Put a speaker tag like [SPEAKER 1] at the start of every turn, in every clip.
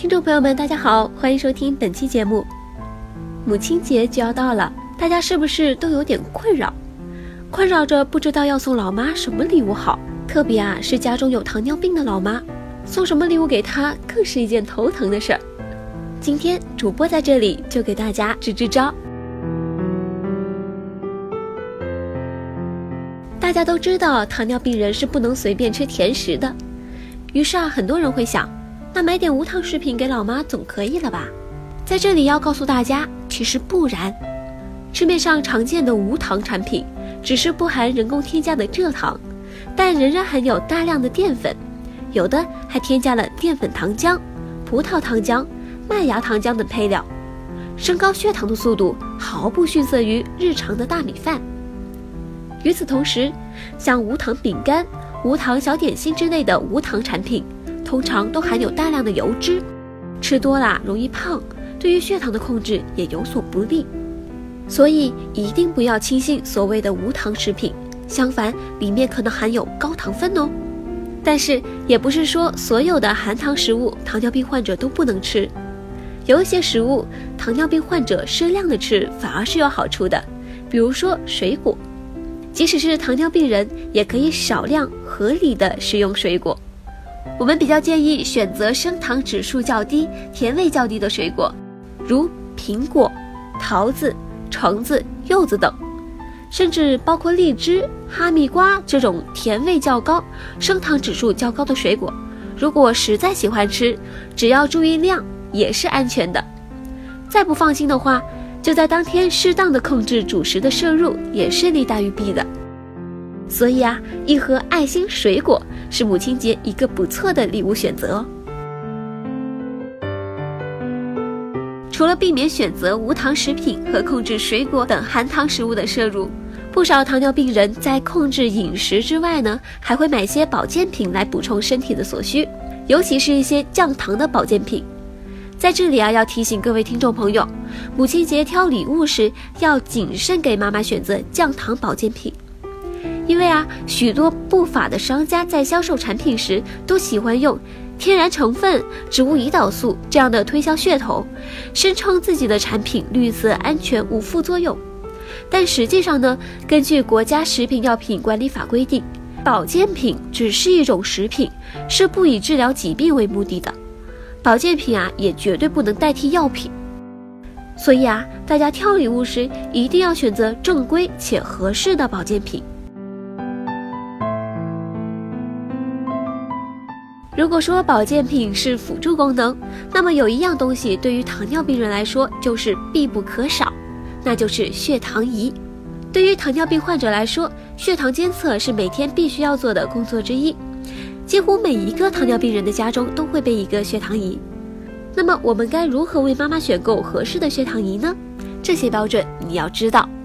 [SPEAKER 1] 听众朋友们大家好，欢迎收听本期节目。母亲节就要到了，大家是不是都有点困扰着不知道要送老妈什么礼物好，特别是家中有糖尿病的老妈，送什么礼物给她更是一件头疼的事儿。今天主播在这里就给大家支支招。大家都知道糖尿病人是不能随便吃甜食的，于是很多人会想，那买点无糖食品给老妈总可以了吧？在这里要告诉大家，其实不然。市面上常见的无糖产品只是不含人工添加的蔗糖，但仍然含有大量的淀粉，有的还添加了淀粉糖浆、葡萄糖浆、麦芽糖浆等配料，升高血糖的速度毫不逊色于日常的大米饭。与此同时，像无糖饼干、无糖小点心之类的无糖产品通常都含有大量的油脂，吃多了容易胖，对于血糖的控制也有所不利。所以一定不要轻信所谓的无糖食品，相反里面可能含有高糖分哦。但是也不是说所有的含糖食物糖尿病患者都不能吃，有一些食物糖尿病患者适量的吃反而是有好处的，比如说水果。即使是糖尿病人也可以少量合理的食用水果。我们比较建议选择升糖指数较低、甜味较低的水果，如苹果、桃子、橙子、柚子等，甚至包括荔枝、哈密瓜这种甜味较高、升糖指数较高的水果。如果实在喜欢吃，只要注意量也是安全的。再不放心的话，就在当天适当的控制主食的摄入，也是利大于弊的。所以一盒爱心水果是母亲节一个不错的礼物选择哦。除了避免选择无糖食品和控制水果等含糖食物的摄入，不少糖尿病人在控制饮食之外呢，还会买些保健品来补充身体的所需，尤其是一些降糖的保健品。在这里要提醒各位听众朋友，母亲节挑礼物时要谨慎给妈妈选择降糖保健品。因为许多不法的商家在销售产品时都喜欢用天然成分、植物胰岛素这样的推销噱头，声称自己的产品绿色、安全、无副作用。但实际上呢，根据国家食品药品管理法规定，保健品只是一种食品，是不以治疗疾病为目的的。保健品也绝对不能代替药品。所以大家挑礼物时一定要选择正规且合适的保健品。如果说保健品是辅助功能，那么有一样东西对于糖尿病人来说就是必不可少，那就是血糖仪。对于糖尿病患者来说，血糖监测是每天必须要做的工作之一，几乎每一个糖尿病人的家中都会备一个血糖仪。那么我们该如何为妈妈选购合适的血糖仪呢？这些标准你要知道。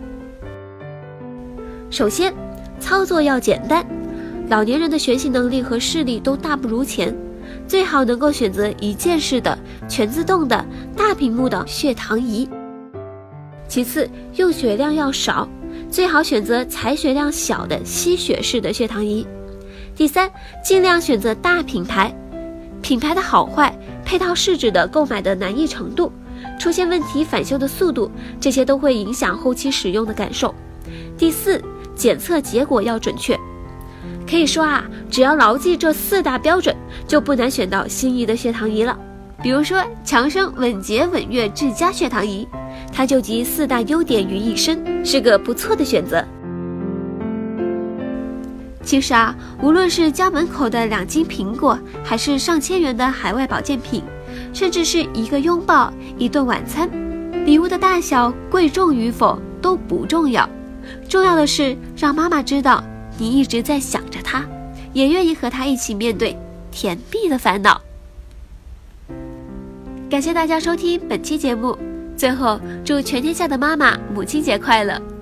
[SPEAKER 1] 首先，操作要简单，老年人的学习能力和视力都大不如前，最好能够选择一键式的、全自动的、大屏幕的血糖仪。其次，用血量要少，最好选择采血量小的吸血式的血糖仪。第三，尽量选择大品牌，品牌的好坏、配套试纸的购买的难易程度、出现问题返修的速度，这些都会影响后期使用的感受。第四，检测结果要准确。可以说只要牢记这4大标准，就不难选到心仪的血糖仪了。比如说强生稳捷稳悦智佳血糖仪，它就集4大优点于一身，是个不错的选择。其实无论是家门口的2斤苹果，还是上千元的海外保健品，甚至是一个拥抱、一顿晚餐，礼物的大小、贵重与否都不重要，重要的是让妈妈知道你一直在想着她，也愿意和她一起面对甜蜜的烦恼。感谢大家收听本期节目，最后祝全天下的妈妈母亲节快乐。